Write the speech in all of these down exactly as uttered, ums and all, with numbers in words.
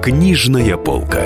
Книжная полка.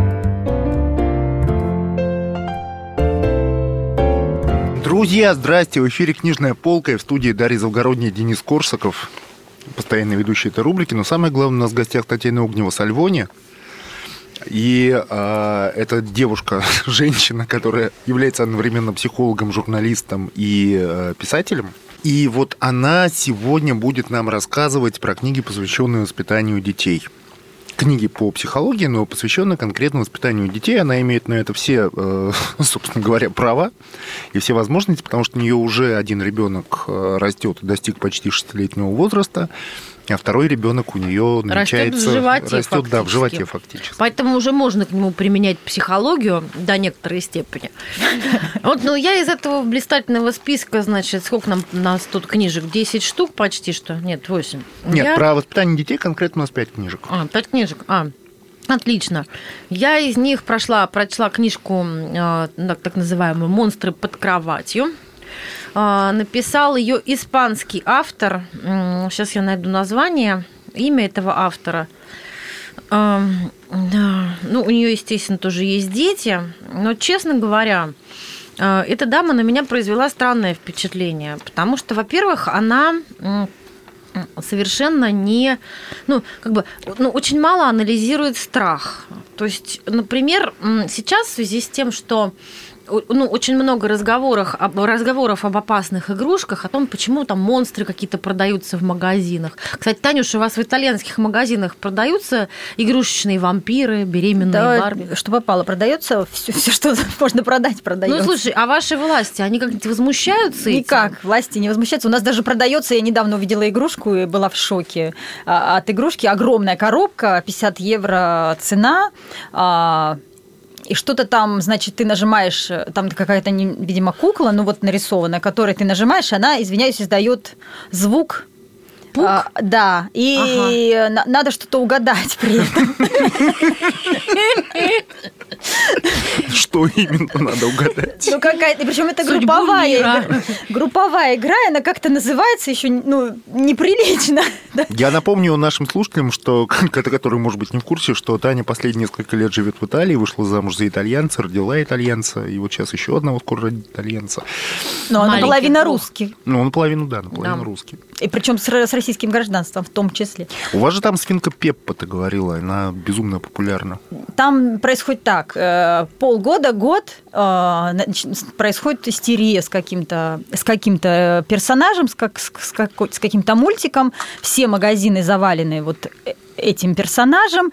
Друзья, здрасте! В эфире «Книжная полка» и в студии Дарья Завгородняя, Денис Корсаков, постоянный ведущий этой рубрики. Но самое главное, у нас в гостях Татьяна Огнева с Альвони. И э, это девушка, женщина, которая является одновременно психологом, журналистом и э, писателем. И вот она сегодня будет нам рассказывать про книги, посвященные воспитанию детей. Книги по психологии, но посвященные конкретно воспитанию детей. Она имеет на это все, собственно говоря, права и все возможности, потому что у нее уже один ребенок растет и достиг почти шестилетнего возраста, а второй ребенок у нее намечается... Растет в животе, растет, фактически. Да, в животе фактически. Поэтому уже можно к нему применять психологию до некоторой степени. Вот, ну, я из этого блистательного списка, значит, сколько нам у нас тут книжек? десять штук почти что? Нет, восемь. Нет, я... про воспитание детей конкретно у нас пять книжек. А, пять книжек. А, отлично. Я из них прошла, прочла книжку, э, так называемую «Монстры под кроватью». Написал ее испанский автор. Сейчас я найду название, имя этого автора. Да. Ну, у нее, естественно, тоже есть дети. Но, честно говоря, эта дама на меня произвела странное впечатление. Потому что, во-первых, она совершенно не... Ну, как бы, ну, очень мало анализирует страх. То есть, например, сейчас в связи с тем, что ну, очень много разговоров, разговоров об опасных игрушках, о том, почему там монстры какие-то продаются в магазинах. Кстати, Танюша, у вас в итальянских магазинах продаются игрушечные вампиры, беременные да, Барби? Что попало, продается все, все, что можно продать, продается. Ну, слушай, а ваши власти, они как-то возмущаются этим? Никак, власти не возмущаются. У нас даже продается, я недавно увидела игрушку и была в шоке от игрушки. Огромная коробка, пятьдесят евро цена. И что-то там, значит, ты нажимаешь, там какая-то, видимо, кукла, ну вот нарисованная, которой ты нажимаешь, она, извиняюсь, издает звук. Пук? А, да, и ага. надо что-то угадать при этом. Что именно надо угадать? Ну, какая-то, причем это групповая игра. Групповая игра, она как-то называется еще, ну, неприлично. Я напомню нашим слушателям, что, которые, может быть, не в курсе, что Таня последние несколько лет живет в Италии, вышла замуж за итальянца, родила итальянца, и вот сейчас еще одного скоро родит итальянца. Но он наполовину русский. Ну, он наполовину, да, наполовину да. русский. И причем с, с российским гражданством в том числе. У вас же там свинка Пеппа, ты говорила, она безумно популярна. Там происходит так, полгода, год происходит истерия с каким-то, с каким-то персонажем, с, как, с, с каким-то мультиком, все магазины завалены вот этим персонажем,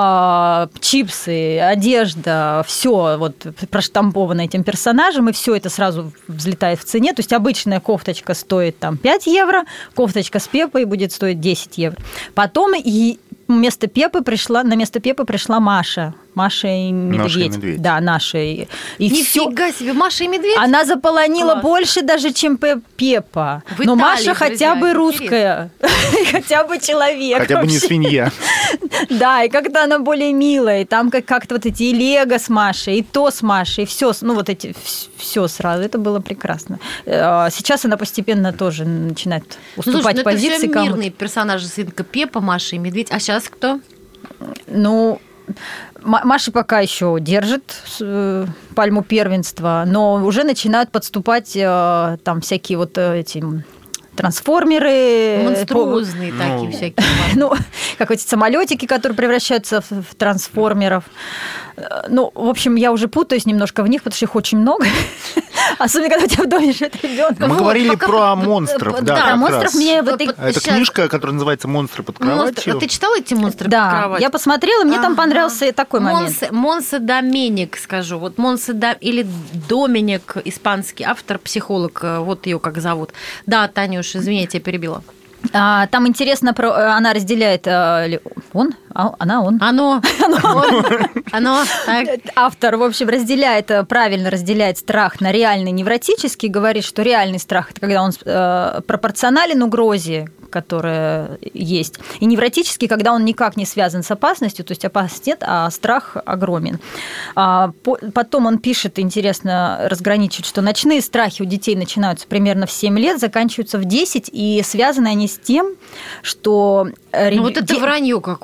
чипсы, одежда, все вот проштамповано этим персонажем, и все это сразу взлетает в цене. То есть обычная кофточка стоит там пять евро, кофточка с Пеппой будет стоить десять евро. Потом и вместо Пеппы пришла, на место Пеппы пришла Маша. Маша и Медведь. Маша и Медведь. Да, наша. И Нифига всё. себе, Маша и Медведь? Она заполонила Класс. Больше даже, чем Пеппа. В Но Италии, Маша хотя друзья, бы русская, хотя бы человек. Хотя бы не свинья. Да, и как-то она более милая. И там как-то вот эти и Лего с Машей, и то с Машей, и все, ну вот эти все сразу. Это было прекрасно. Сейчас она постепенно тоже начинает уступать ну, позиции это кому-то. мирные персонажи, свинка Пеппа, Маша и Медведь. А сейчас кто? Ну, Маша пока еще держит пальму первенства, но уже начинают подступать там всякие вот эти трансформеры. Монструозные по... такие ну... всякие. Ну, как эти самолетики, которые превращаются в, в трансформеров. Ну, в общем, я уже путаюсь немножко в них, потому что их очень много. Особенно, когда у тебя в доме живет ребенок. Мы вот, говорили пока... про монстров. Да, да монстров мне в этой... Это сейчас... книжка, которая называется «Монстры под кроватью». Монстр... А ты читала эти «Монстры да, под кроватью»? Я посмотрела, мне ага. там понравился такой Монс... момент. Монсе Доменик, скажу. Вот Монсе До... или Доминик, испанский автор, психолог, вот ее как зовут. Да, Танюш, извини, я тебя перебила. Там интересно, про... она разделяет... Он? Она, он? Оно. Оно. Оно. Автор, в общем, разделяет, правильно разделяет страх на реальный невротический, говорит, что реальный страх – это когда он пропорционален угрозе, которая есть. И невротический, когда он никак не связан с опасностью, то есть опасности нет, а страх огромен. Потом он пишет, интересно разграничивает, что ночные страхи у детей начинаются примерно в семь лет, заканчиваются в десять, и связаны они с тем, что... Ну вот это вранье какое-то.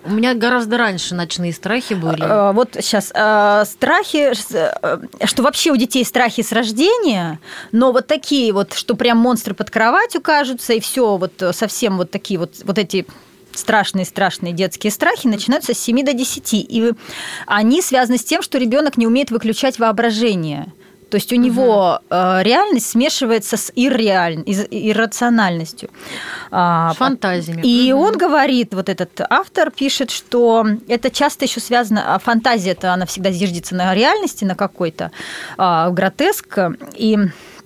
У меня гораздо раньше ночные страхи были. Вот сейчас страхи, что вообще у детей страхи с рождения, но вот такие вот, что прям монстры под кроватью кажутся, и все вот совсем вот такие вот, вот эти страшные-страшные детские страхи начинаются с семи до десяти. И они связаны с тем, что ребенок не умеет выключать воображение. То есть у него угу. реальность смешивается с ирреаль... иррациональностью. С фантазиями. И угу. он говорит, вот этот автор пишет, что это часто еще связано, фантазия-то она всегда зиждется на реальности, на какой-то гротеск. И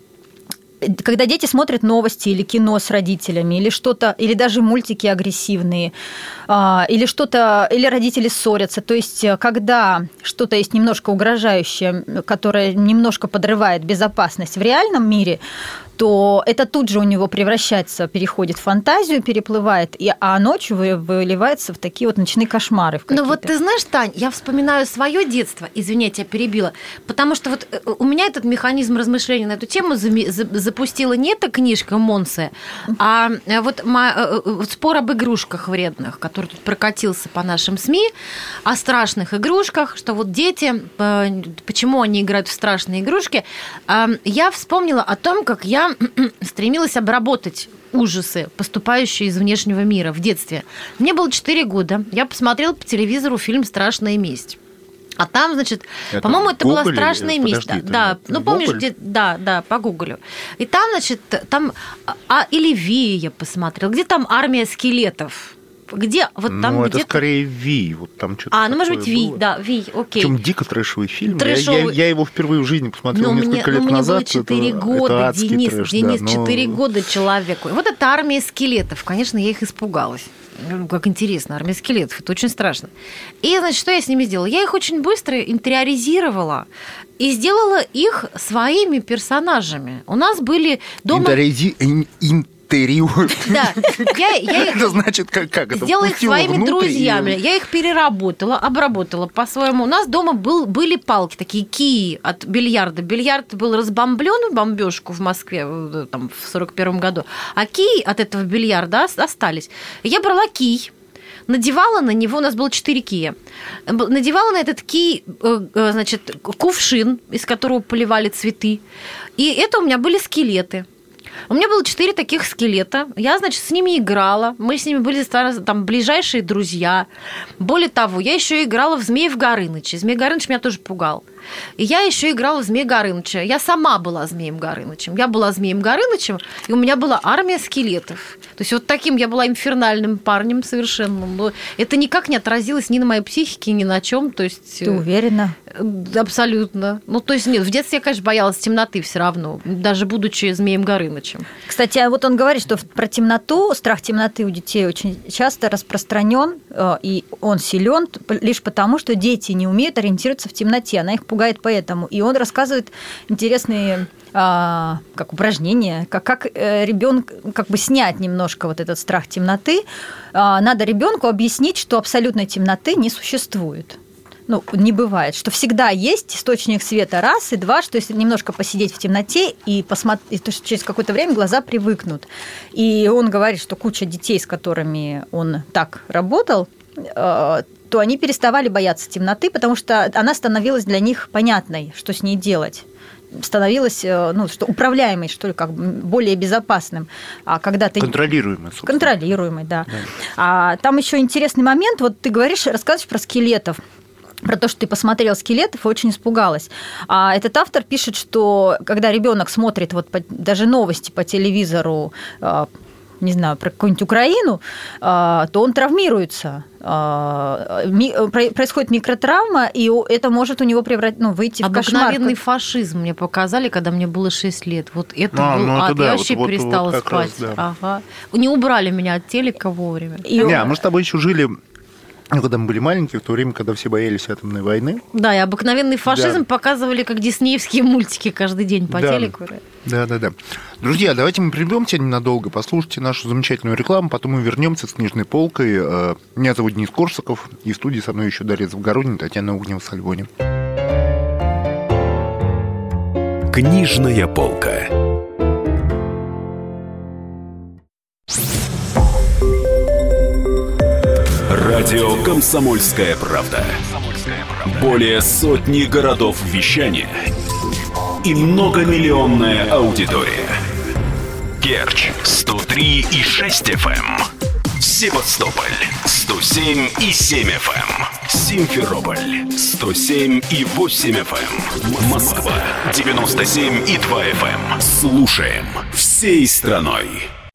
когда дети смотрят новости или кино с родителями, или что-то, или даже мультики агрессивные, или что-то, или родители ссорятся, то есть когда что-то есть немножко угрожающее, которое немножко подрывает безопасность в реальном мире, то это тут же у него превращается, переходит в фантазию, переплывает, и, а ночью выливается в такие вот ночные кошмары. Ну вот ты знаешь, Тань, я вспоминаю свое детство, извини, я тебя перебила, потому что вот у меня этот механизм размышления на эту тему запустила не эта книжка Монсе, а вот спор об игрушках вредных, который тут прокатился по нашим СМИ, о страшных игрушках, что вот дети, почему они играют в страшные игрушки. Я вспомнила о том, как я стремилась обработать ужасы, поступающие из внешнего мира в детстве. Мне было четыре года. Я посмотрела по телевизору фильм «Страшная месть». А там, значит, это по-моему, это была страшная месть. Да, да. Ну, помнишь, где... Да, да, по Гуглю. И там, значит, там... А, или Ви я посмотрела. Где там армия скелетов? Где вот там ну, где-то... это скорее Ви, вот там что-то. А, ну может быть Ви, да, Ви, окей. Причем дико трэшевый фильм. Трэшовый... Я, я, я его впервые в жизни посмотрел но несколько мне, лет ну, назад. Мне было четыре года, это Денис, трэш, Денис, да, четыре но... года человеку. И вот эта армия скелетов, конечно, я их испугалась. Как интересно, армия скелетов, это очень страшно. И, значит, что я с ними сделала? Я их очень быстро интериоризировала и сделала их своими персонажами. У нас были дома... Интеризи... Интериор. Да, я, я их это значит, как, как это? Сделала их своими друзьями. И... Я их переработала, обработала по-своему. У нас дома был, были палки, такие кии от бильярда. Бильярд был разбомблен в бомбежку в Москве там, в сорок первом году, а кии от этого бильярда остались. Я брала кий, надевала на него, у нас было четыре кия, надевала на этот кий, значит, кувшин, из которого поливали цветы. И это у меня были скелеты. У меня было четыре таких скелета. Я, значит, с ними играла. Мы с ними были там ближайшие друзья. Более того, я еще играла в Змеев Горыныча. Змей Горыныч меня тоже пугал. И я еще играла в Змея Горыныча. Я сама была Змеем Горынычем. Я была Змеем Горынычем, и у меня была армия скелетов. То есть вот таким я была инфернальным парнем совершенным. Но это никак не отразилось ни на моей психике, ни на чем. То есть... Ты уверена? Абсолютно. Ну, то есть нет, в детстве я, конечно, боялась темноты все равно, даже будучи Змеем Горынычем. Кстати, вот он говорит, что про темноту, страх темноты у детей очень часто распространен, и он силен лишь потому, что дети не умеют ориентироваться в темноте. Она их пугает поэтому. И он рассказывает интересные как упражнения, как, как ребенок как бы снять немножко вот этот страх темноты. Надо ребенку объяснить, что абсолютной темноты не существует. Ну, не бывает, что всегда есть источник света, раз, и два, что если немножко посидеть в темноте и посмотреть, то через какое-то время глаза привыкнут. И он говорит, что куча детей, с которыми он так работал, то они переставали бояться темноты, потому что она становилась для них понятной, что с ней делать. Становилась, ну, что управляемой, что ли, как бы более безопасным. А когда ты... Контролируемой, собственно. Контролируемой, да. да. А там еще интересный момент. Вот ты говоришь, рассказываешь про скелетов. Про то, что ты посмотрел скелетов и очень испугалась. А этот автор пишет, что когда ребенок смотрит вот даже новости по телевизору, не знаю, про какую-нибудь Украину, то он травмируется. Происходит микротравма, и это может у него превратить, ну, выйти в кошмар. Обыкновенный фашизм мне показали, когда мне было шесть лет. Вот это а, был ну, ад. Это да, я вообще вот, перестала вот, вот спать. раз, да. Ага. Не убрали меня от телека вовремя. И не, мы с тобой еще жили... Ну, когда мы были маленькие, в то время, когда все боялись атомной войны. Да, и обыкновенный фашизм да. показывали, как диснеевские мультики каждый день по да. телеку. Да, да, да. Друзья, давайте мы прервемся ненадолго, послушайте нашу замечательную рекламу, потом мы вернемся с книжной полкой. Меня зовут Денис Корсаков, и в студии со мной еще Дарья Завгородняя, Татьяна Огнева-Сальвони. Книжная полка. Радио «Комсомольская правда». Более сотни городов вещания и многомиллионная аудитория. Керчь сто три и шесть эф эм, Севастополь сто семь и семь эф эм, Симферополь сто семь и восемь эф эм, Москва девяносто семь и два эф эм. Слушаем всей страной.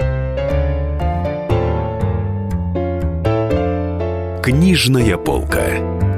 Книжная полка.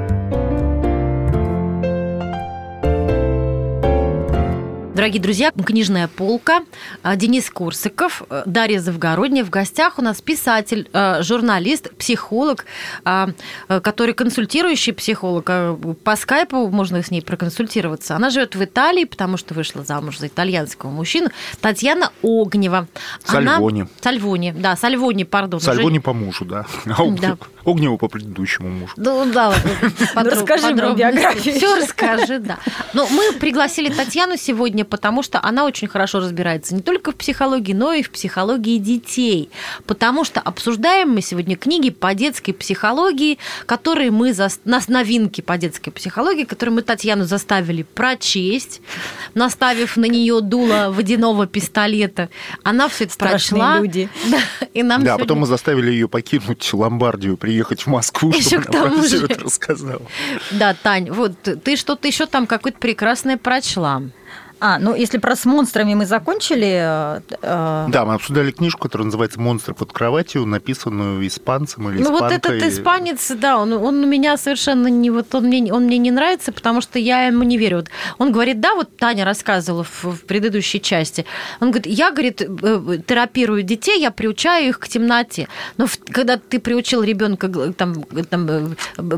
Дорогие друзья, книжная полка, Денис Корсаков, Дарья Завгородняя. В гостях у нас писатель, журналист, психолог, который консультирующий психолог. По скайпу можно с ней проконсультироваться. Она живет в Италии, потому что вышла замуж за итальянского мужчину. Татьяна Огнева. Сальвони. Она... Сальвони, да, Сальвони, пардон. Сальвони уже... по мужу, да. А Огнева, да. Огнева по предыдущему мужу. Ну, да, подробно. Расскажи мне биографию. Все расскажи, да. Но мы пригласили Татьяну сегодня, потому что она очень хорошо разбирается не только в психологии, но и в психологии детей. Потому что обсуждаем мы сегодня книги по детской психологии, которые мы, за... нас новинки по детской психологии, которые мы Татьяну заставили прочесть, наставив на нее дуло водяного пистолета. Она все это Страшные прочла. люди. Да, и нам да сегодня... потом мы заставили ее покинуть Ломбардию, приехать в Москву, Ещё чтобы она про все это рассказала. Да, Тань, вот ты что-то еще там какое-то прекрасное прочла. А, ну если про «С монстрами» мы закончили... Э... Да, мы обсуждали книжку, которая называется «Монстры под кроватью», написанную испанцем или испанкой. Ну вот этот испанец, да, он, он у меня совершенно не... Вот он, мне, он мне не нравится, потому что я ему не верю. Вот он говорит, да, вот Таня рассказывала в, в предыдущей части, он говорит, я, говорит, терапирую детей, я приучаю их к темноте. Но в, когда ты приучил ребенка там, там,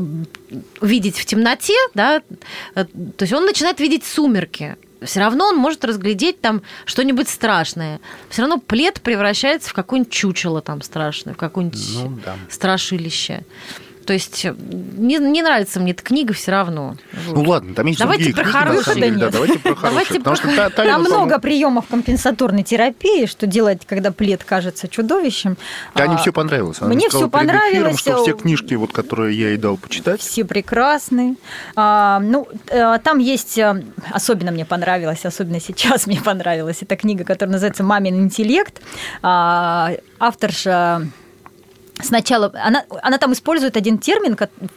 видеть в темноте, да, то есть он начинает видеть сумерки. Все равно он может разглядеть там что-нибудь страшное. Все равно плед превращается в какое-нибудь чучело там страшное, в какое-нибудь ну, да. страшилище. То есть не, не нравится мне эта книга все равно. Вот. Ну ладно, там есть давайте другие про книги, на самом деле. Да, давайте про хорошие. Потому что та, та, там много приемов компенсаторной терапии, что делать, когда плед кажется чудовищем. Тане а, все понравилось. Она мне сказала все понравилось. Эфиром, что все книжки, вот, которые я ей дал почитать. Все прекрасны. А, ну, там есть, особенно мне понравилось, особенно сейчас мне понравилась, эта книга, которая называется «Мамин интеллект». А, авторша... Сначала она, она там использует один термин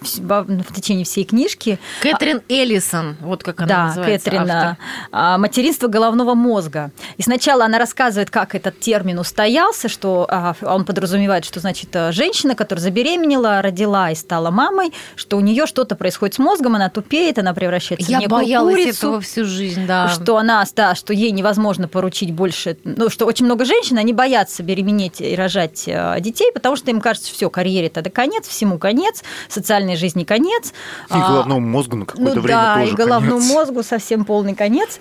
в течение всей книжки. Кэтрин Эллисон, вот как она да, называется. Кэтрин, автор. Материнство головного мозга. И сначала она рассказывает, как этот термин устоялся, что он подразумевает, что, значит, женщина, которая забеременела, родила и стала мамой, что у нее что-то происходит с мозгом, она тупеет, она превращается Я в некую боялась курицу, этого всю жизнь, да. Что она, да, что ей невозможно поручить больше, ну, что очень много женщин, они боятся беременеть и рожать детей, потому что им кажется, все, карьере тогда конец, всему конец, социальной жизни конец. И головному мозгу на какое-то ну, время да, тоже и головному конец. мозгу совсем полный конец.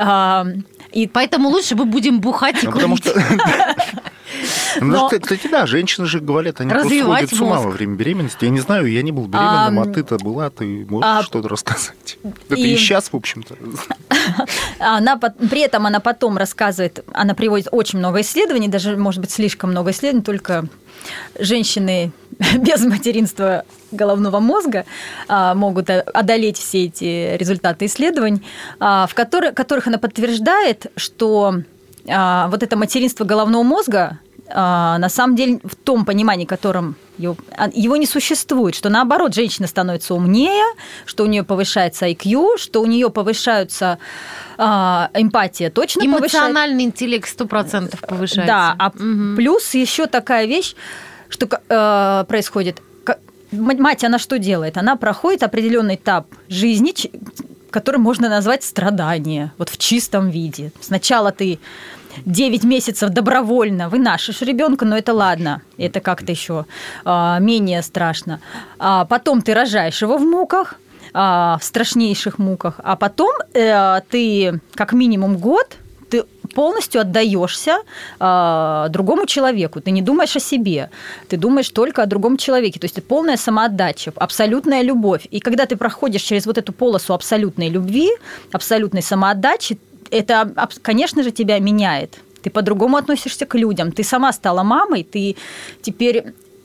И поэтому лучше мы будем бухать и ну, курить. Ну, кстати, да, женщины же говорят, они просто сходят с ума во время беременности. Я не знаю, я не был беременным, а ты-то была, ты можешь что-то рассказать. Это и сейчас, в общем-то. Она, при этом она потом рассказывает, она приводит очень много исследований, даже, может быть, слишком много исследований, только женщины без материнства головного мозга могут одолеть все эти результаты исследований, в которых, которых она подтверждает, что вот это материнство головного мозга на самом деле в том понимании, в котором его не существует, что наоборот женщина становится умнее, что у нее повышается ай кью, что у нее повышаются эмпатия точно повышается. Эмоциональный интеллект сто процентов повышается. Да, а угу. плюс еще такая вещь, что э, происходит. Мать, она что делает? Она проходит определенный этап жизни, который можно назвать страдание, вот в чистом виде. Сначала ты девять месяцев добровольно вынашиваешь ребенка, но это ладно, это как-то еще э, менее страшно. А потом ты рожаешь его в муках, э, в страшнейших муках, а потом э, ты как минимум год ты полностью отдаешься э, другому человеку. Ты не думаешь о себе, ты думаешь только о другом человеке. То есть это полная самоотдача, абсолютная любовь. И когда ты проходишь через вот эту полосу абсолютной любви, абсолютной самоотдачи, это, конечно же, тебя меняет. Ты по-другому относишься к людям. Ты сама стала мамой, ты теперь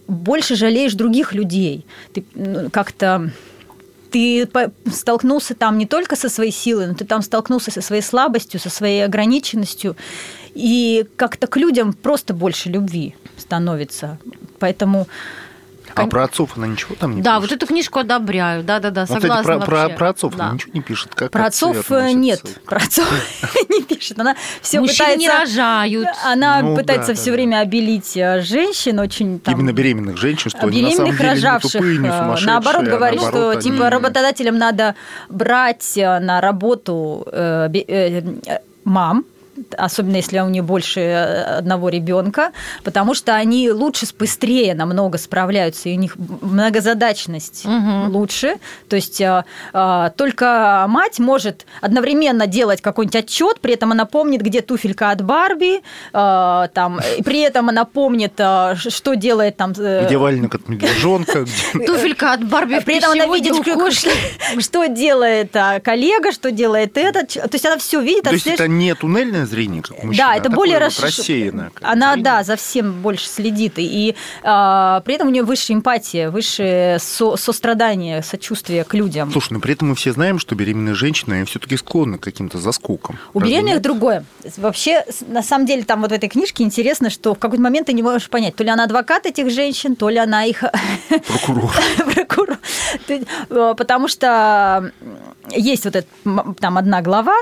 больше жалеешь других людей. Ты как-то... Ты столкнулся там не только со своей силой, но ты там столкнулся со своей слабостью, со своей ограниченностью, и как-то к людям просто больше любви становится. Поэтому... А про отцов она ничего там не да, пишет? Вот эту книжку одобряю, да-да-да, вот согласна про, вообще. Про, про отцов да. она ничего не пишет? Как про отцов нет, про отцов не пишет. Она все Мужчины пытается... не рожают. Она ну, пытается да, все да, время обелить женщин очень... Там, именно беременных женщин, что они на самом беременных, деле рожавших. не тупые, не сумасшедшие. Наоборот, говорит, а наоборот, что они... типа работодателям надо брать на работу э, э, мам, особенно если у нее больше одного ребенка, потому что они лучше, быстрее намного справляются, и у них многозадачность угу. лучше. То есть а, а, только мать может одновременно делать какой-нибудь отчет, при этом она помнит, где туфелька от Барби, а, там, и при этом она помнит, а, что делает там... Где валенок от медвежонка. Туфелька от Барби в При этом она видит, что делает коллега, что делает этот. То есть она все видит. То есть это не туннельное зрение, как мужчина, да, это а более вот расш... рассеянное. Она, зрение. да, за всем больше следит. И а, при этом у нее высшая эмпатия, высшее со- сострадание, сочувствие к людям. Слушай, но при этом мы все знаем, что беременные женщины все-таки склонны к каким-то заскокам. У беременных другое. Вообще, на самом деле, там вот в этой книжке интересно, что в какой-то момент ты не можешь понять, то ли она адвокат этих женщин, то ли она их... Прокурор. Прокурор. Потому что есть вот эта, там одна глава,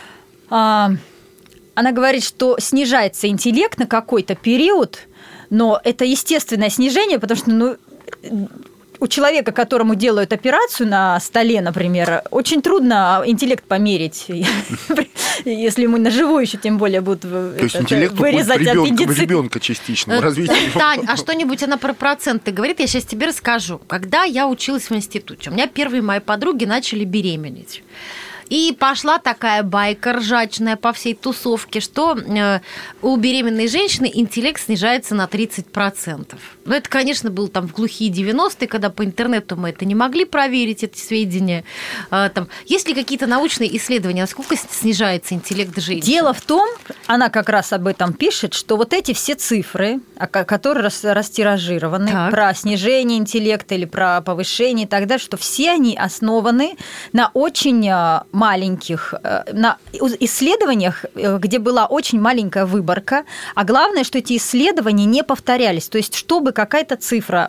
она говорит, что снижается интеллект на какой-то период, но это естественное снижение, потому что ну, у человека, которому делают операцию на столе, например, очень трудно интеллект померить, если ему на живую еще тем более будут вырезать аппендицит. Ребенка частично. Тань, а что-нибудь она про проценты говорит? Я сейчас тебе расскажу. Когда я училась в институте, у меня первые мои подруги начали беременеть. И пошла такая байка ржачная по всей тусовке, что у беременной женщины интеллект снижается на тридцать процентов. Но это, конечно, было там в глухие девяностые, когда по интернету мы это не могли проверить, эти сведения. Там, есть ли какие-то научные исследования, насколько снижается интеллект женщины? Дело в том, она как раз об этом пишет, что вот эти все цифры, которые растиражированы, так. про снижение интеллекта или про повышение и так далее, что все они основаны на очень... маленьких на исследованиях, где была очень маленькая выборка, а главное, что эти исследования не повторялись. То есть, чтобы какая-то цифра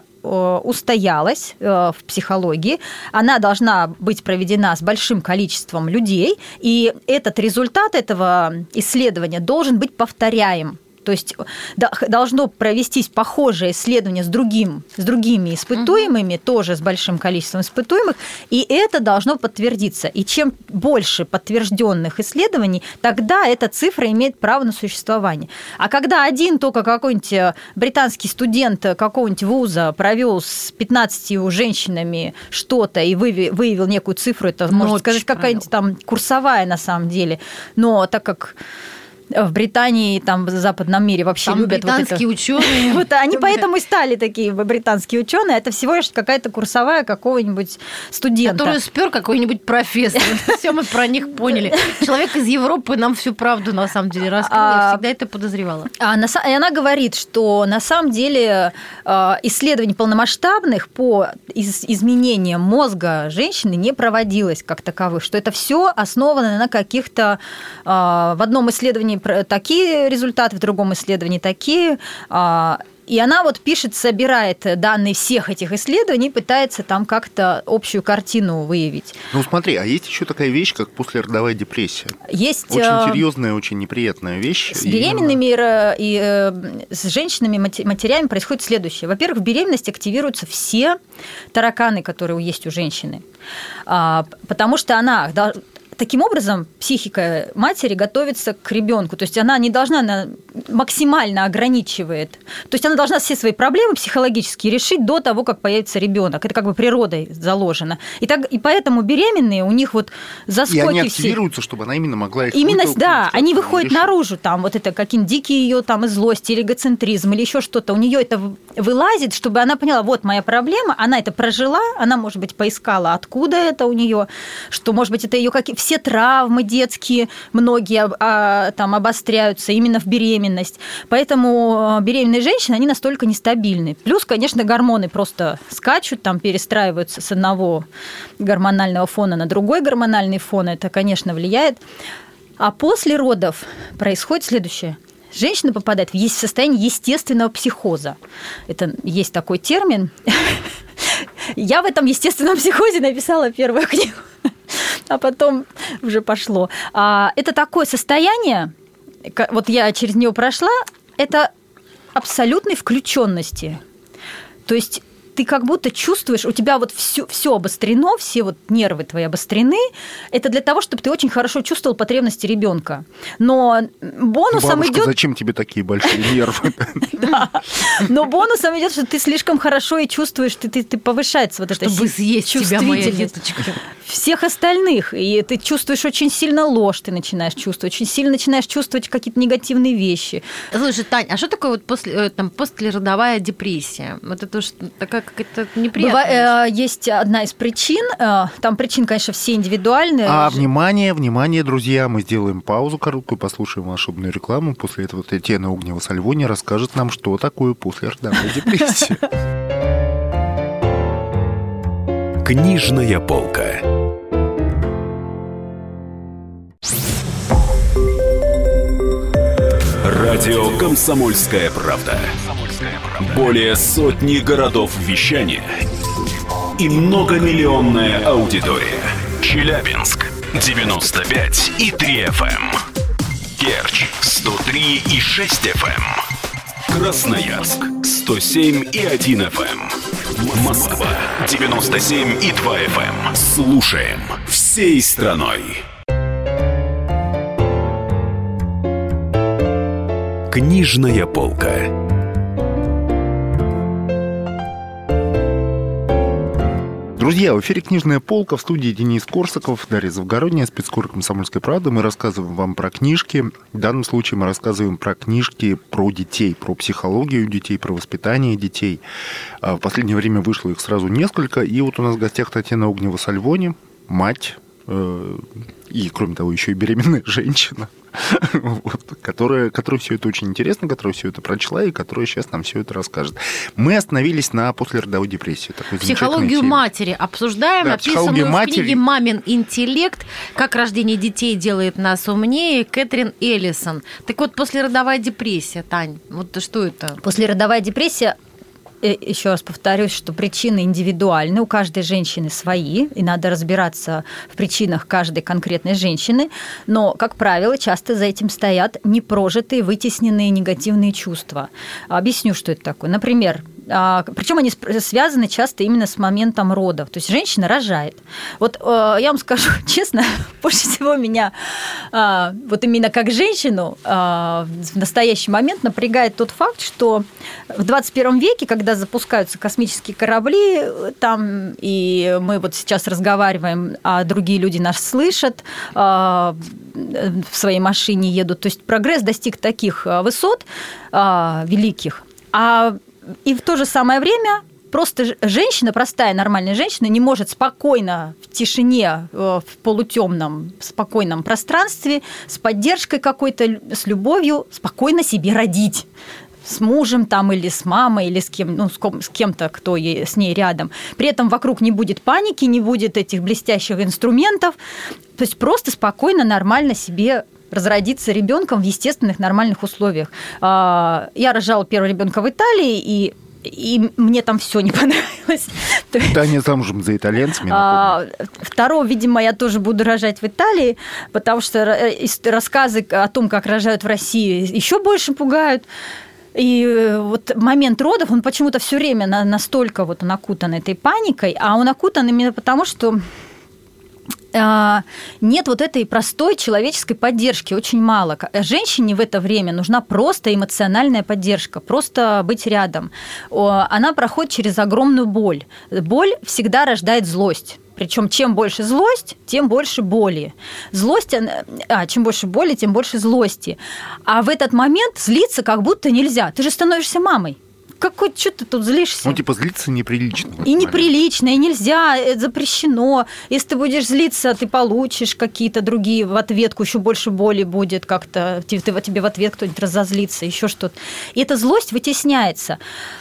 устоялась в психологии, она должна быть проведена с большим количеством людей, и этот результат этого исследования должен быть повторяем. То есть должно провестись похожее исследование с, другим, с другими испытуемыми, угу. тоже с большим количеством испытуемых, и это должно подтвердиться. И чем больше подтвержденных исследований, тогда эта цифра имеет право на существование. А когда один только какой-нибудь британский студент какого-нибудь вуза провел с пятнадцатью женщинами что-то и выявил некую цифру, это, можно Ночь сказать, какая-нибудь там курсовая на самом деле, но так как... В Британии, там, в западном мире вообще там любят британские вот это. ученые. Вот они поэтому и стали такие британские ученые. Это всего лишь какая-то курсовая какого-нибудь студента. Которую спер какой-нибудь профессор. Все мы про них поняли. Человек из Европы нам всю правду на самом деле раскрыл. Я всегда это подозревала. И она говорит, что на самом деле исследований полномасштабных по изменениям мозга женщины не проводилось как таковых, что это все основано на каких-то в одном исследовании такие результаты, в другом исследовании такие. И она вот пишет, собирает данные всех этих исследований, пытается там как-то общую картину выявить. Ну смотри, а есть еще такая вещь, как послеродовая депрессия. Есть очень серьезная, очень неприятная вещь. С беременными именно... и с женщинами, матерями происходит следующее. Во-первых, в беременности активируются все тараканы, которые есть у женщины, потому что она... Таким образом, психика матери готовится к ребенку. То есть она не должна, она максимально ограничивает. То есть она должна все свои проблемы психологические решить до того, как появится ребенок. Это как бы природой заложено. И, так, и поэтому беременные, у них вот заскоки все. И они активируются, все... чтобы она именно могла их Именно, да, они там, выходят решить. наружу, там вот это какие-нибудь дикие ее там и злость, или эгоцентризм, или еще что-то. У нее это вылазит, чтобы она поняла, вот моя проблема, она это прожила, она, может быть, поискала, откуда это у нее, что, может быть, это ее какие все травмы детские, многие а, там обостряются именно в беременность. Поэтому беременные женщины, они настолько нестабильны. Плюс, конечно, гормоны просто скачут, там перестраиваются с одного гормонального фона на другой гормональный фон. Это, конечно, влияет. А после родов происходит следующее. Женщина попадает в состояние естественного психоза. Это есть такой термин. Я в этом естественном психозе написала первую книгу, а потом уже пошло. Это такое состояние, вот я через него прошла, это абсолютной включенности. То есть ты как будто чувствуешь, у тебя вот все, все обострено, все вот нервы твои обострены. Это для того, чтобы ты очень хорошо чувствовал потребности ребенка. Но бонусом Бабушка, идет... зачем тебе такие большие нервы? Да. Но бонусом идет, что ты слишком хорошо и чувствуешь, ты, ты, ты повышается вот эта чтобы съесть тебя, моя деточка. Всех остальных. И ты чувствуешь очень сильно ложь, ты начинаешь чувствовать, очень сильно начинаешь чувствовать какие-то негативные вещи. Слушай, Тань, а что такое вот после, там, послеродовая депрессия? Вот это уж такая какая-то неприятная. Есть одна из причин. Там причин, конечно, все индивидуальные. А, внимание, внимание, друзья, мы сделаем паузу короткую, послушаем волшебную рекламу. После этого Татьяна Огнева-Сальвони расскажет нам, что такое послеродовая депрессия. Книжная полка. Радио «Комсомольская правда». Более сотни городов вещания и многомиллионная аудитория. Челябинск девяносто пять и три эф эм, Керчь сто три и шесть эф эм, Красноярск сто семь и один эф эм, Москва девяносто семь и два эф эм. Слушаем всей страной. Книжная полка. Друзья, в эфире «Книжная полка», в студии Денис Корсаков, Дарья Завгородняя, спецкор «Комсомольской правды». Мы рассказываем вам про книжки. В данном случае мы рассказываем про книжки про детей, про психологию детей, про воспитание детей. В последнее время вышло их сразу несколько. И вот у нас в гостях Татьяна Огнева-Сальвони, мать, и, кроме того, еще и беременная женщина, вот, которая, которая все это очень интересно, которая все это прочла и которая сейчас нам все это расскажет. Мы остановились на послеродовой депрессии. Психологию матери обсуждаем, да, описанную в матери. книге «Мамин интеллект. Как рождение детей делает нас умнее» Кэтрин Эллисон. Так вот, послеродовая депрессия, Тань, вот что это? Послеродовая депрессия... Еще раз повторюсь, что причины индивидуальны, у каждой женщины свои, и надо разбираться в причинах каждой конкретной женщины, но, как правило, часто за этим стоят непрожитые, вытесненные негативные чувства. Объясню, что это такое. Например, причем они связаны часто именно с моментом родов. То есть женщина рожает. Вот я вам скажу честно, больше всего меня вот именно как женщину в настоящий момент напрягает тот факт, что в двадцать первом веке, когда запускаются космические корабли, там, и мы вот сейчас разговариваем, а другие люди нас слышат, в своей машине едут. То есть прогресс достиг таких высот великих. А и в то же самое время просто женщина, простая нормальная женщина, не может спокойно в тишине, в полутемном, спокойном пространстве, с поддержкой какой-то, с любовью, спокойно себе родить. С мужем там, или с мамой, или с, кем, ну, с кем-то, кто ей, с ней рядом. При этом вокруг не будет паники, не будет этих блестящих инструментов. То есть просто спокойно, нормально себе разродиться ребенком в естественных, нормальных условиях. Я рожала первого ребенка в Италии, и и мне там все не понравилось. Таня замужем за итальянцами. А, второго, видимо, я тоже буду рожать в Италии, потому что рассказы о том, как рожают в России, еще больше пугают. И вот момент родов, он почему-то все время настолько вот он окутан этой паникой, а он окутан именно потому, что нет вот этой простой человеческой поддержки, очень мало. Женщине в это время нужна просто эмоциональная поддержка, просто быть рядом. Она проходит через огромную боль. Боль всегда рождает злость. Причем чем больше злость, тем больше боли. Злость, а, чем больше боли, тем больше злости. А в этот момент злиться как будто нельзя. Ты же становишься мамой. какой, что ты тут злишься? Ну, типа, злиться неприлично. И неприлично, и нельзя, это запрещено. Если ты будешь злиться, ты получишь какие-то другие в ответку, еще больше боли будет как-то, тебе в ответ кто-нибудь разозлится, еще что-то. И эта злость вытесняется.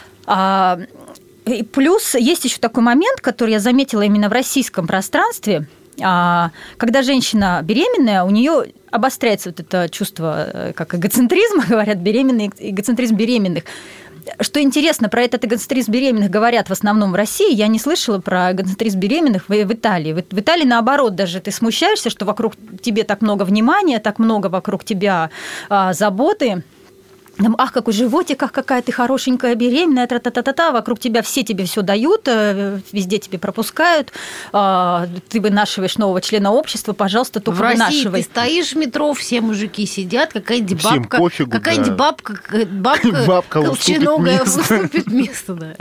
И плюс есть еще такой момент, который я заметила именно в российском пространстве. Когда женщина беременная, у нее обостряется вот это чувство, как эгоцентризма, говорят, беременный, эгоцентризм беременных. Что интересно, про этот эгоцентризм беременных говорят в основном в России. Я не слышала про эгоцентризм беременных в Италии. В Италии, наоборот, даже ты смущаешься, что вокруг тебе так много внимания, так много вокруг тебя а, заботы. Там, ах, какой животик, ах, какая ты хорошенькая, беременная, тра-та-та-та-та, вокруг тебя все тебе все дают, везде тебе пропускают, ты вынашиваешь нового члена общества, пожалуйста, только в вынашивай. В России ты стоишь в метро, все мужики сидят, какая-нибудь Всем бабка, пофигу, какая-нибудь да. бабка, бабка, бабка колченогая уступит уступит место. Да.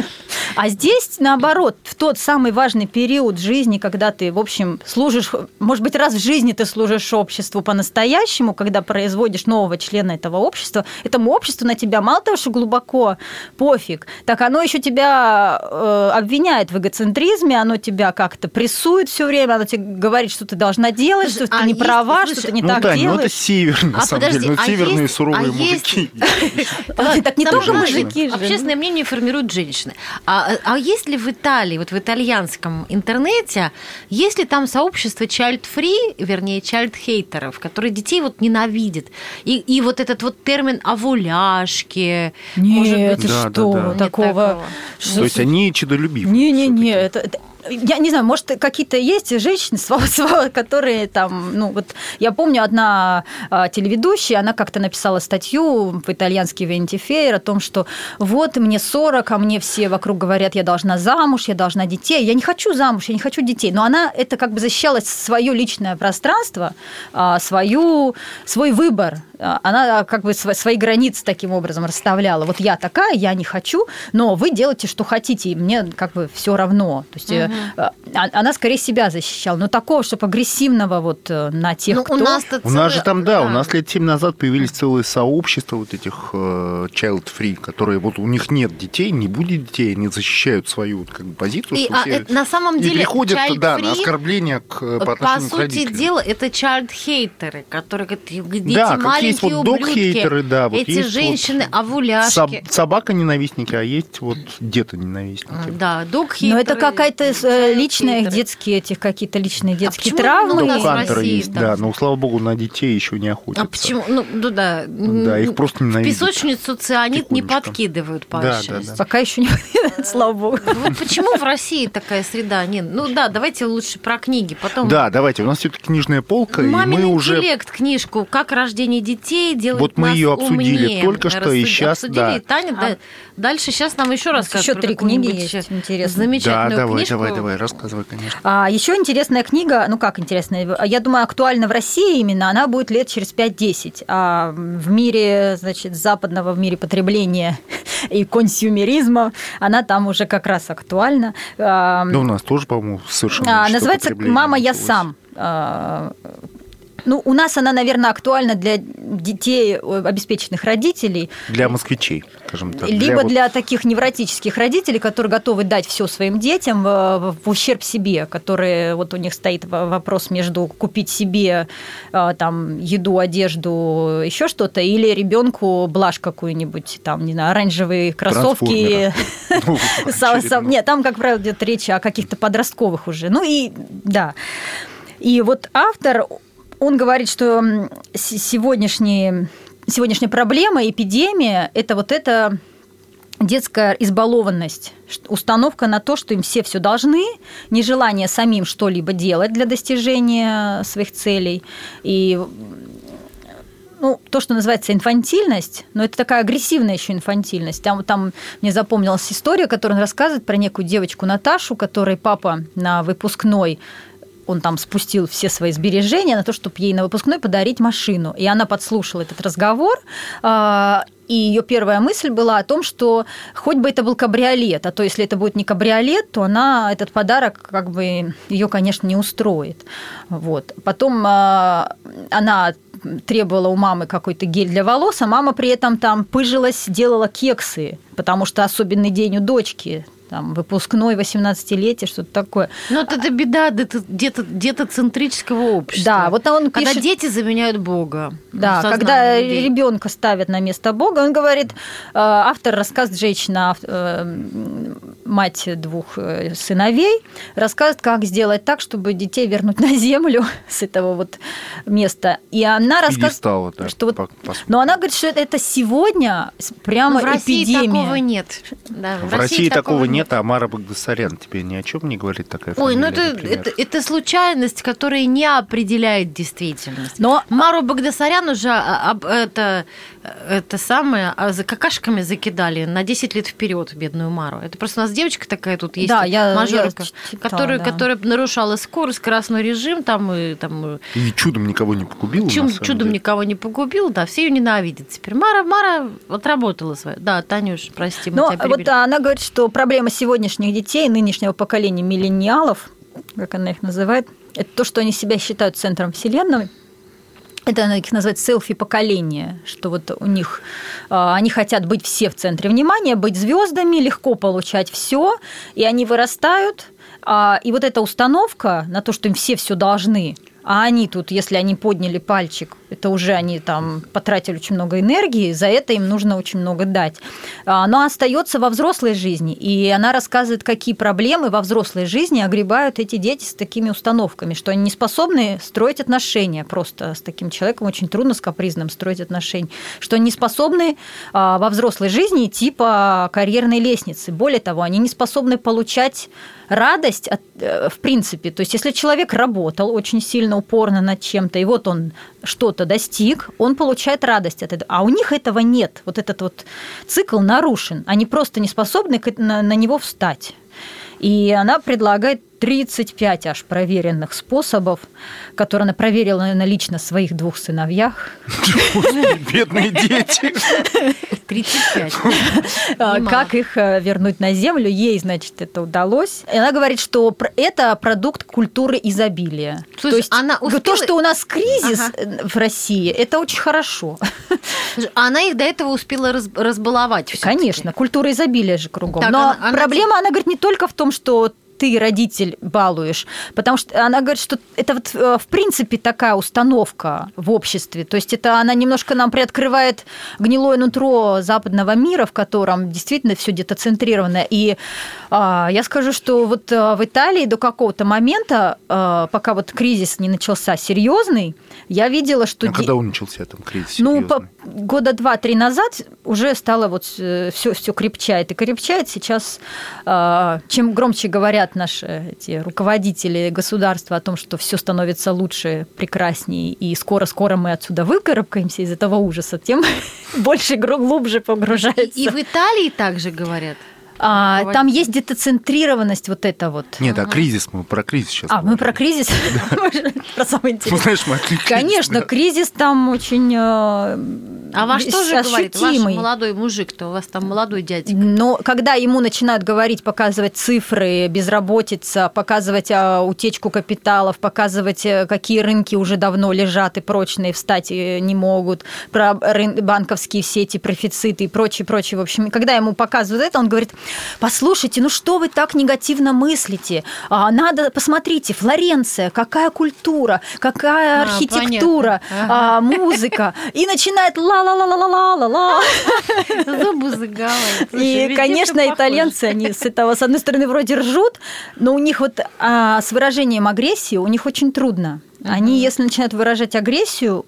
А здесь, наоборот, в тот самый важный период жизни, когда ты, в общем, служишь, может быть, раз в жизни ты служишь обществу по-настоящему, когда производишь нового члена этого общества, этому обществу на тебя мало того, что глубоко пофиг, так оно еще тебя э, обвиняет в эгоцентризме, оно тебя как-то прессует все время, оно тебе говорит, что ты должна делать, Слушай, что а ты не есть, права, слушай, что ты не ну, так да, делаешь. ну это север, на А самом подожди, деле. Ну, а северные есть- суровые а мужики. Так не Там только же мужики же. Общественное мнение формируют женщины. А, а есть ли в Италии, вот в итальянском интернете, есть ли там сообщество child-free, вернее, child-хейтеров, которые детей вот ненавидят? И, и вот этот вот термин «овуляшки», может Нет, быть, ты Да, что, да, да. Нет такого... такого. То есть они чудолюбивы. Не-не-не, всё-таки. это, это- я не знаю, может, какие-то есть женщины, сва- сва- которые там, ну вот, я помню, одна а, телеведущая, она как-то написала статью в итальянский Vanity Fair о том, что вот мне сорок, а мне все вокруг говорят, я должна замуж, я должна детей. Я не хочу замуж, я не хочу детей. Но она это как бы защищала свое личное пространство, а, свою, свой выбор. Она как бы св- свои границы таким образом расставляла. Вот я такая, я не хочу, но вы делаете, что хотите, и мне как бы все равно. То есть Мгм. э, она скорее себя защищала. Но такого, чтобы агрессивного вот э, на тех, Ну, кто... у нас-то У нас целое- же там, да, у нас лет семь назад появились целые сообщества вот этих э, child-free, которые вот у них нет детей, не будет детей, они защищают свою вот, как бы, позицию, И, что а, все... это, на самом И деле приходят, да, на child-free, оскорбления к, по по отношению к сути родителям. дела, это child-хейтеры, которые говорят, дети Да, как маленькие есть вот ублюдки, dog-хейтеры, да, вот эти есть женщины вот овуляшки. Соб- собака-ненавистники, а есть вот дети-ненавистники. Да, dog-хейтеры. Но это какая-то э, child-хейтеры. личная, детские, этих какие-то личные детские почему травмы. много у нас в Док-хантеры России есть, там? да, но, слава богу, на детей еще не охотятся. А почему? Ну, ну да. Да, их просто В ненавидят. песочницу цианид не Тихонечко. подкидывают, по Да, счастью. да, да. Пока еще не слава богу. Вот почему в России такая среда? Не, ну да, давайте лучше про книги, потом... Да, давайте, у нас все-таки книжная полка, и Мамин мы уже... интеллект, книжку «Как рождение детей делает Вот мы нас ее обсудили умнее». только что, и Рассуди- щас, обсудили, да. и Таня, А- да, дальше сейчас нам еще раз Еще три книги есть интересные. Да, замечательную давай, книжку. давай, давай, рассказывай, конечно. А еще интересная книга, ну как интересная, я думаю, актуальна в России именно, она будет лет через пять-десять. А в мире, значит, западного, в мире потребления и консюмеризма, она там уже как раз актуальна. А, Да у нас тоже, по-моему, совершенно а, называется потребление «Мама, я началось. сам». А, Ну, у нас она, наверное, актуальна для детей обеспеченных родителей. Для москвичей, скажем так. Либо вот- для таких невротических родителей, которые готовы дать все своим детям в, в ущерб себе, которые вот у них стоит в- вопрос между купить себе а, там еду, одежду, еще что-то, или ребенку блажь какую-нибудь, там, не знаю, оранжевые кроссовки. Ну, Со- со- очередной. Нет, там, как правило, идет речь о каких-то подростковых уже. Ну и да. И вот автор, он говорит, что м, с- сегодняшние, сегодняшняя проблема, эпидемия – это вот эта детская избалованность, ш- установка на то, что им все все должны, нежелание самим что-либо делать для достижения своих целей. И ну, то, что называется инфантильность, но это такая агрессивная еще инфантильность. Там, там мне запомнилась история, которую он рассказывает про некую девочку Наташу, которой папа на выпускной, он там спустил все свои сбережения на то, чтобы ей на выпускной подарить машину. И она подслушала этот разговор, и ее первая мысль была о том, что хоть бы это был кабриолет, а то если это будет не кабриолет, то она этот подарок как бы ее, конечно, не устроит. Вот. Потом она требовала у мамы какой-то гель для волос, а мама при этом там пыжилась, делала кексы, потому что особенный день у дочки. Там, выпускной, восемнадцатилетие, что-то такое. Ну, вот это беда детоцентрического общества. Да, вот он когда пишет... дети заменяют Бога. Да, когда ребенка ставят на место Бога, он говорит, автор рассказывает, женщина, мать двух сыновей, рассказывает, как сделать так, чтобы детей вернуть на землю с этого вот места. И она рассказывает, да, что вот... По, по... Но она говорит, что это сегодня прямо в России эпидемия. Такого нет. Да, в, в России, России такого нет. Нет, а Амара Багдасарян тебе ни о чем не говорит такая Ой, фамилия? Ой, ну это, это, это случайность, которая не определяет действительность. Но Мару Багдасарян уже это, это самое, за какашками закидали на десять лет вперед бедную Мару. Это просто у нас девочка такая тут есть, да, я, мажорка, я которая, да. которая нарушала скорость, скоростной режим. Там, и, там, и чудом никого не погубила. Чудом, чудом никого не погубила, да, все ее ненавидят теперь. Мара, Мара отработала свою. Да, Танюш, прости, мы Но тебя перебили. Вот она говорит, что проблема сегодняшних детей, нынешнего поколения миллениалов, как она их называет, это то, что они себя считают центром вселенной. Это она их называет селфи-поколение, что вот у них они хотят быть все в центре внимания, быть звездами, легко получать все, и они вырастают. И вот эта установка на то, что им все все должны, а они тут, если они подняли пальчик, это уже они там потратили очень много энергии, за это им нужно очень много дать. Но остается во взрослой жизни, и она рассказывает, какие проблемы во взрослой жизни огребают эти дети с такими установками, что они не способны строить отношения просто с таким человеком, очень трудно с капризным строить отношения, что они не способны во взрослой жизни идти по карьерной лестнице. Более того, они не способны получать радость от, в принципе. То есть, если человек работал очень сильно, упорно над чем-то, и вот он что-то достиг, он получает радость от этого. А у них этого нет. Вот этот вот цикл нарушен. Они просто не способны на, на него встать. И она предлагает тридцать пять аж проверенных способов, которые она проверила на лично своих двух сыновьях. Бедные дети. тридцать пять. Как их вернуть на землю. Ей, значит, это удалось. И она говорит, что это продукт культуры изобилия. То, То есть она успела... то, что у нас кризис ага. в России, это очень хорошо. Она их до этого успела раз... разбаловать. Конечно, культура изобилия же кругом. Так, Но она, проблема, она... она говорит, не только в том, что ты, родитель, балуешь. Потому что она говорит, что это вот в принципе такая установка в обществе. То есть это она немножко нам приоткрывает гнилое нутро западного мира, в котором действительно все детоцентрировано. И а, я скажу, что вот в Италии до какого-то момента, а, пока вот кризис не начался серьезный, я видела, что... А де... когда он начался, там, кризис серьезный? Ну, по... года два-три назад уже стало вот все, все крепчает и крепчает. Сейчас, а, чем громче говорят наши эти руководители государства о том, что все становится лучше, прекраснее, и скоро-скоро мы отсюда выкарабкаемся из этого ужаса, тем больше, глубже погружается. И в Италии также говорят? А, там есть детоцентрированность вот это вот. Нет, ага. а кризис, мы про кризис сейчас. А, мы про кризис? Про самое интересное. Ну, знаешь, мы кризис. Конечно, кризис там очень А ваш тоже говорит, ваш молодой мужик-то, у вас там молодой дядик. Но когда ему начинают говорить, показывать цифры, безработица, показывать утечку капиталов, показывать, какие рынки уже давно лежат и прочные, встать не могут, про банковские все эти профициты и прочее, прочее. В общем, когда ему показывают это, он говорит: послушайте, ну что вы так негативно мыслите? Надо, посмотрите, Флоренция, какая культура, какая архитектура, а, ага. музыка. И начинает ла-ла-ла-ла-ла-ла-ла. Зубы заговаривают. И, конечно, итальянцы, они с этого, с одной стороны, вроде ржут, но у них вот а, с выражением агрессии у них очень трудно. Они, если начинают выражать агрессию...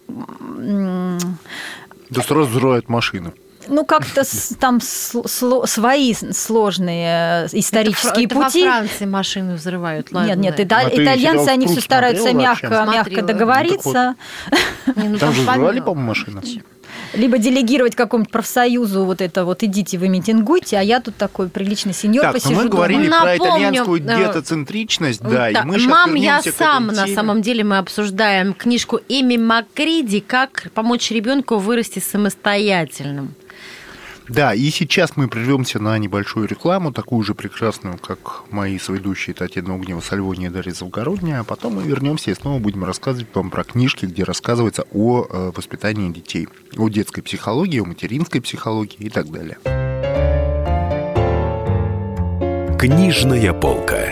Да сразу взрывают машину. Ну, как-то там свои сложные исторические это, пути. Это во Франции машины взрывают, ладно. Нет, нет, ита- итальянцы, они все стараются мягко, мягко договориться. Ну, вот. Не, ну, там, там же взрывали, по-моему, машины. Либо делегировать какому-то профсоюзу вот это вот, идите вы митингуйте, а я тут такой приличный сеньор так, посижу. Так, мы говорили Напомню, про итальянскую детоцентричность, да, да, и мы сейчас «Мам, я к сам», этой на теме. самом деле мы обсуждаем книжку Эми Макриди «Как помочь ребенку вырасти самостоятельным». Да, и сейчас мы прервемся на небольшую рекламу, такую же прекрасную, как мои соведущие Татьяна Огнева, Сальвония и Дарья Завгородняя, а потом мы вернемся и снова будем рассказывать вам про книжки, где рассказывается о э, воспитании детей, о детской психологии, о материнской психологии и так далее. Книжная полка.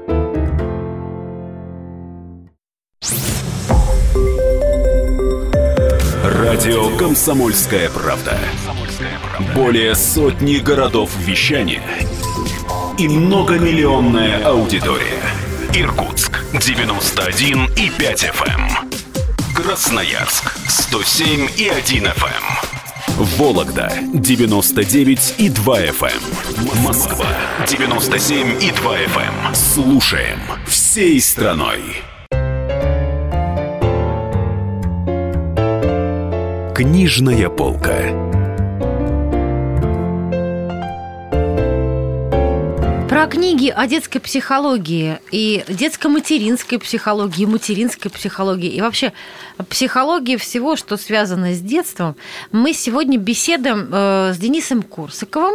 Радио «Комсомольская правда». Более сотни городов вещания и многомиллионная аудитория. Иркутск девяносто один и пять эф эм, Красноярск сто семь и один эф эм, Вологда девяносто девять и два эф эм, Москва девяносто семь и два эф эм. Слушаем всей страной. Книжная полка. Про книги о детской психологии и детско-материнской психологии, и материнской психологии, и вообще психологии всего, что связано с детством, мы сегодня беседуем с Денисом Корсаковым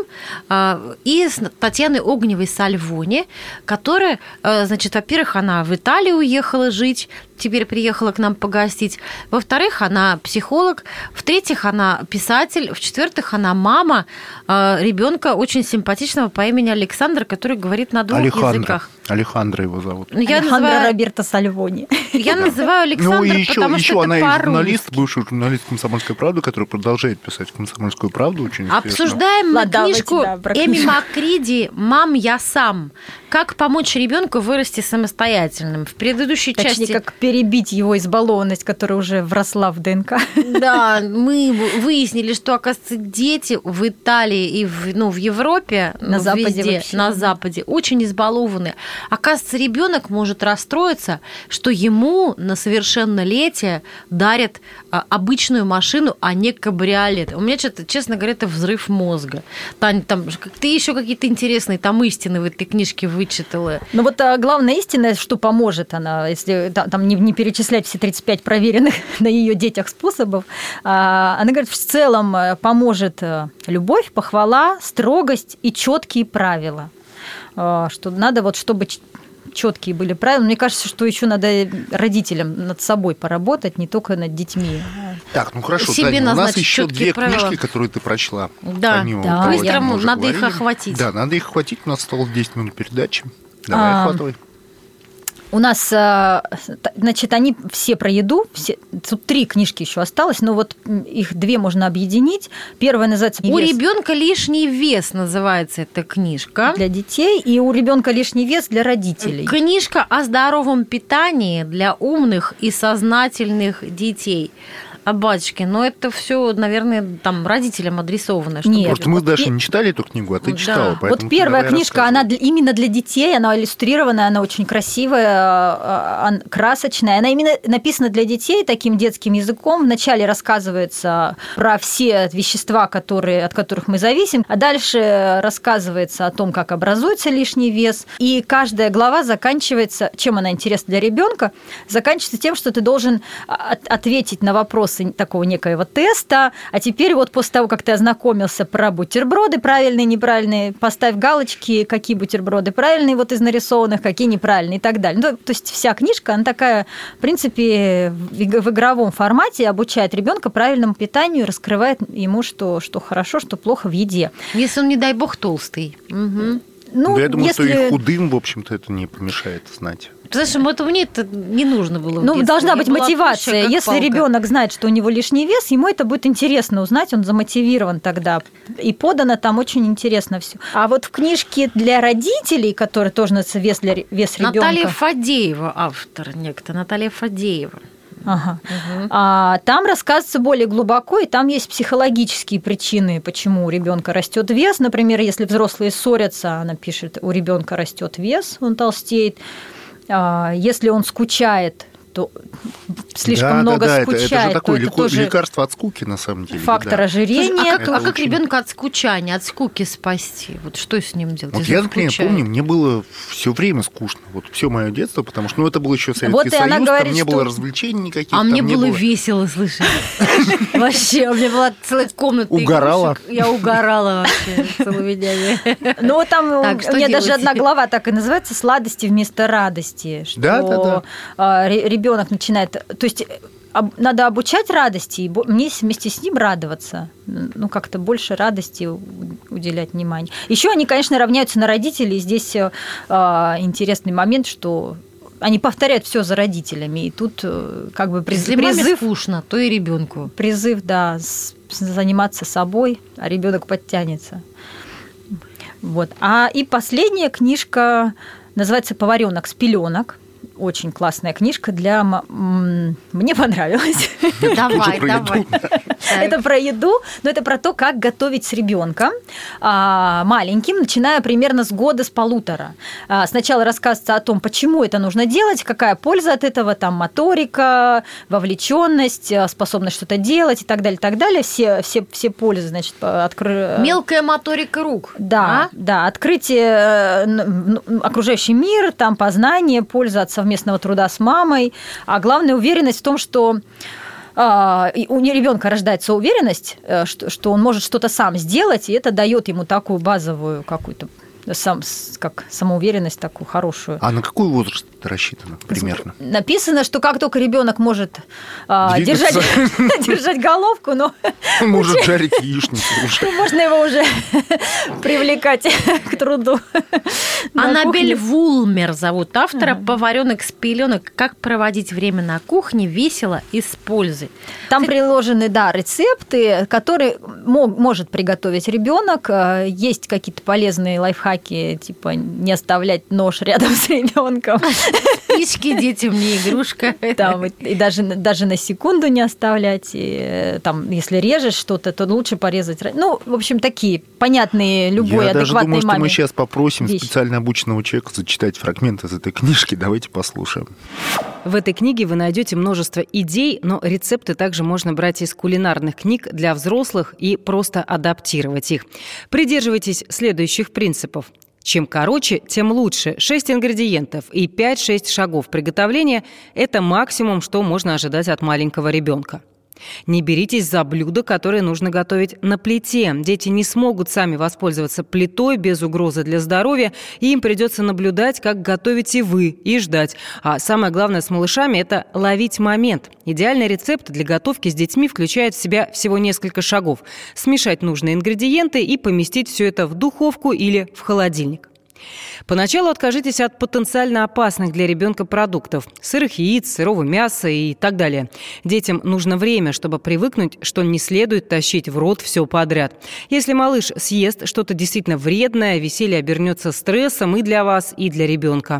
и с Татьяной Огневой Сальвони, которая, значит, во-первых, она в Италию уехала жить, теперь приехала к нам погостить. Во-вторых, она психолог. В-третьих, она писатель. В-четвертых, она мама ребенка очень симпатичного по имени Александр, который говорит на двух Алехандро. языках. Алехандро его зовут. Я Алехандро называю... Роберто Сальвони. Я называю Александр, ну, и еще, потому еще что она это и по-русски. журналист, бывший журналист «Комсомольской правды», который продолжает писать «Комсомольскую правду». Очень Обсуждаем мы Ладно, книжку давайте, да, Эми книжку. Макриди «Мам, я сам». Как помочь ребенку вырасти самостоятельным. В предыдущей Точнее, части... как перебить его избалованность, которая уже вросла в ДНК. Да, мы выяснили, что, оказывается, дети в Италии и в, ну, в Европе, На ну, Западе везде, вообще. на Западе, очень избалованы. Оказывается, ребенок может расстроиться, что ему на совершеннолетие дарят а, обычную машину, а не кабриолет. У меня, что-то, честно говоря, это взрыв мозга. Тань, там, ты еще какие-то интересные там истины в этой книжке вычитала. Ну вот а, главная истина, что поможет она, если та- там не, не перечислять все тридцать пять проверенных на ее детях способов, а, она говорит, в целом э, поможет э, любовь, похвала, строгость и четкие правила. А, что надо вот, чтобы четкие были правила. Мне кажется, что еще надо родителям над собой поработать, не только над детьми. Так, ну хорошо, Себе Таня, у нас назначить еще чёткие две правила. книжки, которые ты прочла. Да, помимо да, того, быстро о чем мы уже надо их говорили. охватить. Да, надо их охватить. У нас осталось десять минут передачи. Давай, А, охватывай. У нас, значит, они все про еду. Все, тут три книжки еще осталось, но вот их две можно объединить. Первая называется У «Вес ребенка лишний вес называется эта книжка. для детей», и у ребенка лишний вес для родителей. Книжка о здоровом питании для умных и сознательных детей. А, батюшки, но это все, наверное, там родителям адресовано. чтобы- Нет. Просто мы с вот Дашей и- не читали эту книгу, а ты Да. читала. Вот поэтому Вот ты первая давай книжка, рассказывай. она для- именно для детей, она иллюстрированная, она очень красивая, а, а, красочная. Она именно написана для детей таким детским языком. Вначале рассказывается про все вещества, которые, от которых мы зависим, а дальше рассказывается о том, как образуется лишний вес. И каждая глава заканчивается, чем она интересна для ребенка, заканчивается тем, что ты должен от- ответить на вопросы такого некоего теста, а теперь вот после того, как ты ознакомился про бутерброды правильные, неправильные, поставь галочки, какие бутерброды правильные вот из нарисованных, какие неправильные и так далее. Ну, то есть вся книжка, она такая, в принципе, в иг- в игровом формате обучает ребенка правильному питанию и раскрывает ему, что, что хорошо, что плохо в еде. Если он, не дай бог, толстый. Мгм. Ну, Да, я думаю, что если... и худым, в общем-то, это не помешает знать. Потому что вот мне это не нужно было в Ну, детстве. должна Я быть была мотивация. тощая, как Если палка. ребенок знает, что у него лишний вес, ему это будет интересно узнать, он замотивирован тогда. И подано там очень интересно все. А вот в книжке для родителей, которая тоже называется «Вес, для, ре- вес ребенка». Наталья Фадеева, автор некто, Наталья Фадеева. Ага. Мгм. А, там рассказывается более глубоко, и там есть психологические причины, почему у ребенка растет вес. Например, если взрослые ссорятся, она пишет, у ребенка растет вес, он толстеет. А, если он скучает, то слишком да, много да, да, скучает, это, это же такое то это леко- тоже лекарство от скуки, на самом деле. фактор да. ожирения. Слушай, а как, тоже. а как очень- ребенка от скучания, от скуки спасти? Вот что с ним делать? Вот если я, он например, скучает? помню, мне было все время скучно. Вот все мое детство, потому что ну, это было еще Советский Вот и Союз, она говорит, там не что- было развлечений никаких. А там мне не было было... весело, слышишь? Вообще, у меня была целая комната Угорала? игрушек. Я угорала вообще целыми днями. Ну, вот там Так, у что меня делать? даже одна глава так и называется «Сладости вместо радости». Что Да, да, да. ребенок начинает... То есть об- надо обучать радости, и бо- мне вместе с ним радоваться. Ну, как-то больше радости у- уделять внимание. Еще они, конечно, равняются на родителей. И здесь э, интересный момент, что они повторяют все за родителями. И тут э, как бы приз- Если маме призыв... скучно, то и ребенку. Призыв, да, с- заниматься собой, а ребенок подтянется. Вот. А и последняя книжка называется «Поваренок с пеленок». Очень классная книжка для... м- м- Мне понравилась. Давай, про давай. еду. Это про еду, но это про то, как готовить с ребенком маленьким, начиная примерно с года, с полутора. А, Сначала рассказывается о том, почему это нужно делать, какая польза от этого, там моторика, вовлеченность, способность что-то делать и так далее, и так далее. Все, все, все пользы, значит, откры... Мелкая моторика рук. Да, А? да, открытие, э, н- н- окружающий мир, там познание, польза от совместного труда с мамой, а главная уверенность в том, что а, и у ребенка рождается уверенность, э, что, что он может что-то сам сделать, и это дает ему такую базовую какую-то сам, с- как самоуверенность такую хорошую. А на какой возраст это рассчитано примерно? Написано, что как только ребенок может а, держать, Двигаться. держать головку, но Он может жарить яичницу уже. можно его уже привлекать к труду. на Аннабель кухне. Вулмер зовут автора. «Поваренок с пеленок. Как проводить время на кухне весело и с пользой». Там приложены, да, рецепты, которые мог, может приготовить ребенок. Есть какие-то полезные лайфхаки, типа не оставлять нож рядом с ребенком. Спички детям не игрушка. Там, и, и даже, даже на секунду не оставлять. И, там, если режешь что-то, то лучше порезать. ра- Ну, в общем, такие понятные любой Я даже адекватной думаю, что маме. мы сейчас попросим вещи. специально обученного человека зачитать фрагмент из этой книжки. Давайте послушаем. В этой книге вы найдете множество идей, но рецепты также можно брать из кулинарных книг для взрослых и просто адаптировать их. Придерживайтесь следующих принципов. Чем короче, тем лучше. Шесть ингредиентов и пять-шесть шагов приготовления – это максимум, что можно ожидать от маленького ребенка. Не беритесь за блюда, которые нужно готовить на плите. Дети не смогут сами воспользоваться плитой без угрозы для здоровья, и им придется наблюдать, как готовите вы, и ждать. А самое главное с малышами – это ловить момент. Идеальный рецепт для готовки с детьми включает в себя всего несколько шагов. Смешать нужные ингредиенты и поместить все это в духовку или в холодильник. Поначалу откажитесь от потенциально опасных для ребенка продуктов – сырых яиц, сырого мяса и так далее. Детям нужно время, чтобы привыкнуть, что не следует тащить в рот все подряд. Если малыш съест что-то действительно вредное, веселье обернется стрессом и для вас, и для ребенка.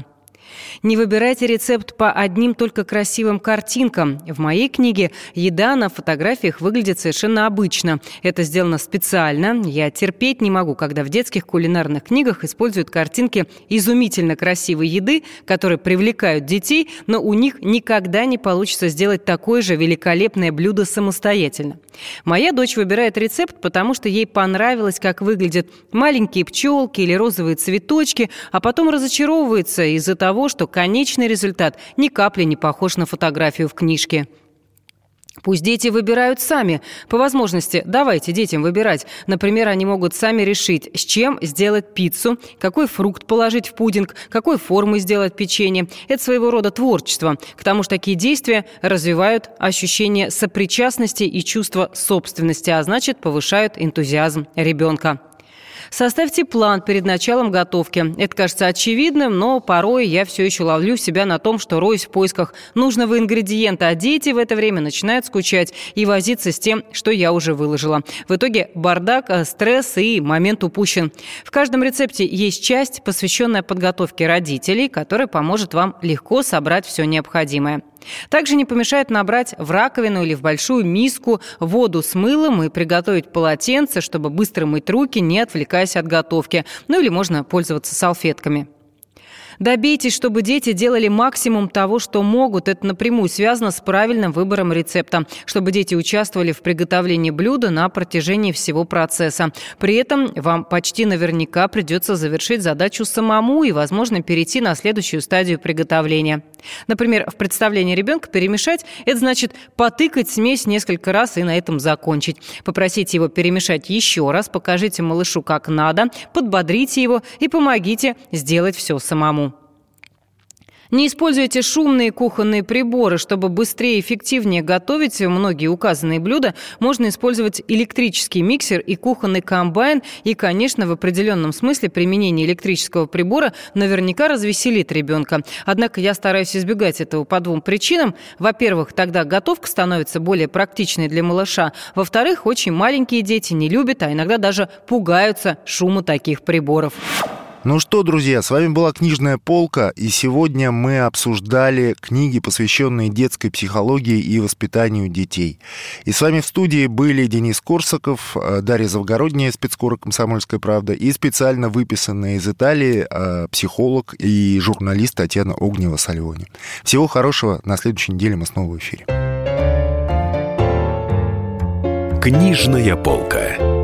Не выбирайте рецепт по одним только красивым картинкам. В моей книге еда на фотографиях выглядит совершенно обычно. Это сделано специально. Я терпеть не могу, когда в детских кулинарных книгах используют картинки изумительно красивой еды, которые привлекают детей, но у них никогда не получится сделать такое же великолепное блюдо самостоятельно. Моя дочь выбирает рецепт, потому что ей понравилось, как выглядят маленькие пчелки или розовые цветочки, а потом разочаровывается из-за того, что конечный результат ни капли не похож на фотографию в книжке. Пусть дети выбирают сами. По возможности давайте детям выбирать. Например, они могут сами решить, с чем сделать пиццу, какой фрукт положить в пудинг, какой формы сделать печенье. Это своего рода творчество. К тому же такие действия развивают ощущение сопричастности и чувство собственности, а значит, повышают энтузиазм ребенка. Составьте план перед началом готовки. Это кажется очевидным, но порой я все еще ловлю себя на том, что роюсь в поисках нужного ингредиента, а дети в это время начинают скучать и возиться с тем, что я уже выложила. В итоге бардак, стресс и момент упущен. В каждом рецепте есть часть, посвященная подготовке родителей, которая поможет вам легко собрать все необходимое. Также не помешает набрать в раковину или в большую миску воду с мылом и приготовить полотенце, чтобы быстро мыть руки, не отвлекаясь от готовки. Ну или можно пользоваться салфетками. Добейтесь, чтобы дети делали максимум того, что могут. Это напрямую связано с правильным выбором рецепта, чтобы дети участвовали в приготовлении блюда на протяжении всего процесса. При этом вам почти наверняка придется завершить задачу самому и, возможно, перейти на следующую стадию приготовления. Например, в представлении ребенка перемешать – это значит потыкать смесь несколько раз и на этом закончить. Попросите его перемешать еще раз, покажите малышу, как надо, подбодрите его и помогите сделать все самому. Не используйте шумные кухонные приборы. Чтобы быстрее и эффективнее готовить многие указанные блюда, можно использовать электрический миксер и кухонный комбайн. И, конечно, в определенном смысле применение электрического прибора наверняка развеселит ребенка. Однако я стараюсь избегать этого по двум причинам. Во-первых, тогда готовка становится более практичной для малыша. Во-вторых, очень маленькие дети не любят, а иногда даже пугаются шума таких приборов. Ну что, друзья, с вами была «Книжная полка», и сегодня мы обсуждали книги, посвященные детской психологии и воспитанию детей. И с вами в студии были Денис Корсаков, Дарья Завгородняя, спецкор «Комсомольская правда», и специально выписанная из Италии психолог и журналист Татьяна Огнева-Сальвони. Всего хорошего, на следующей неделе мы снова в эфире. «Книжная полка».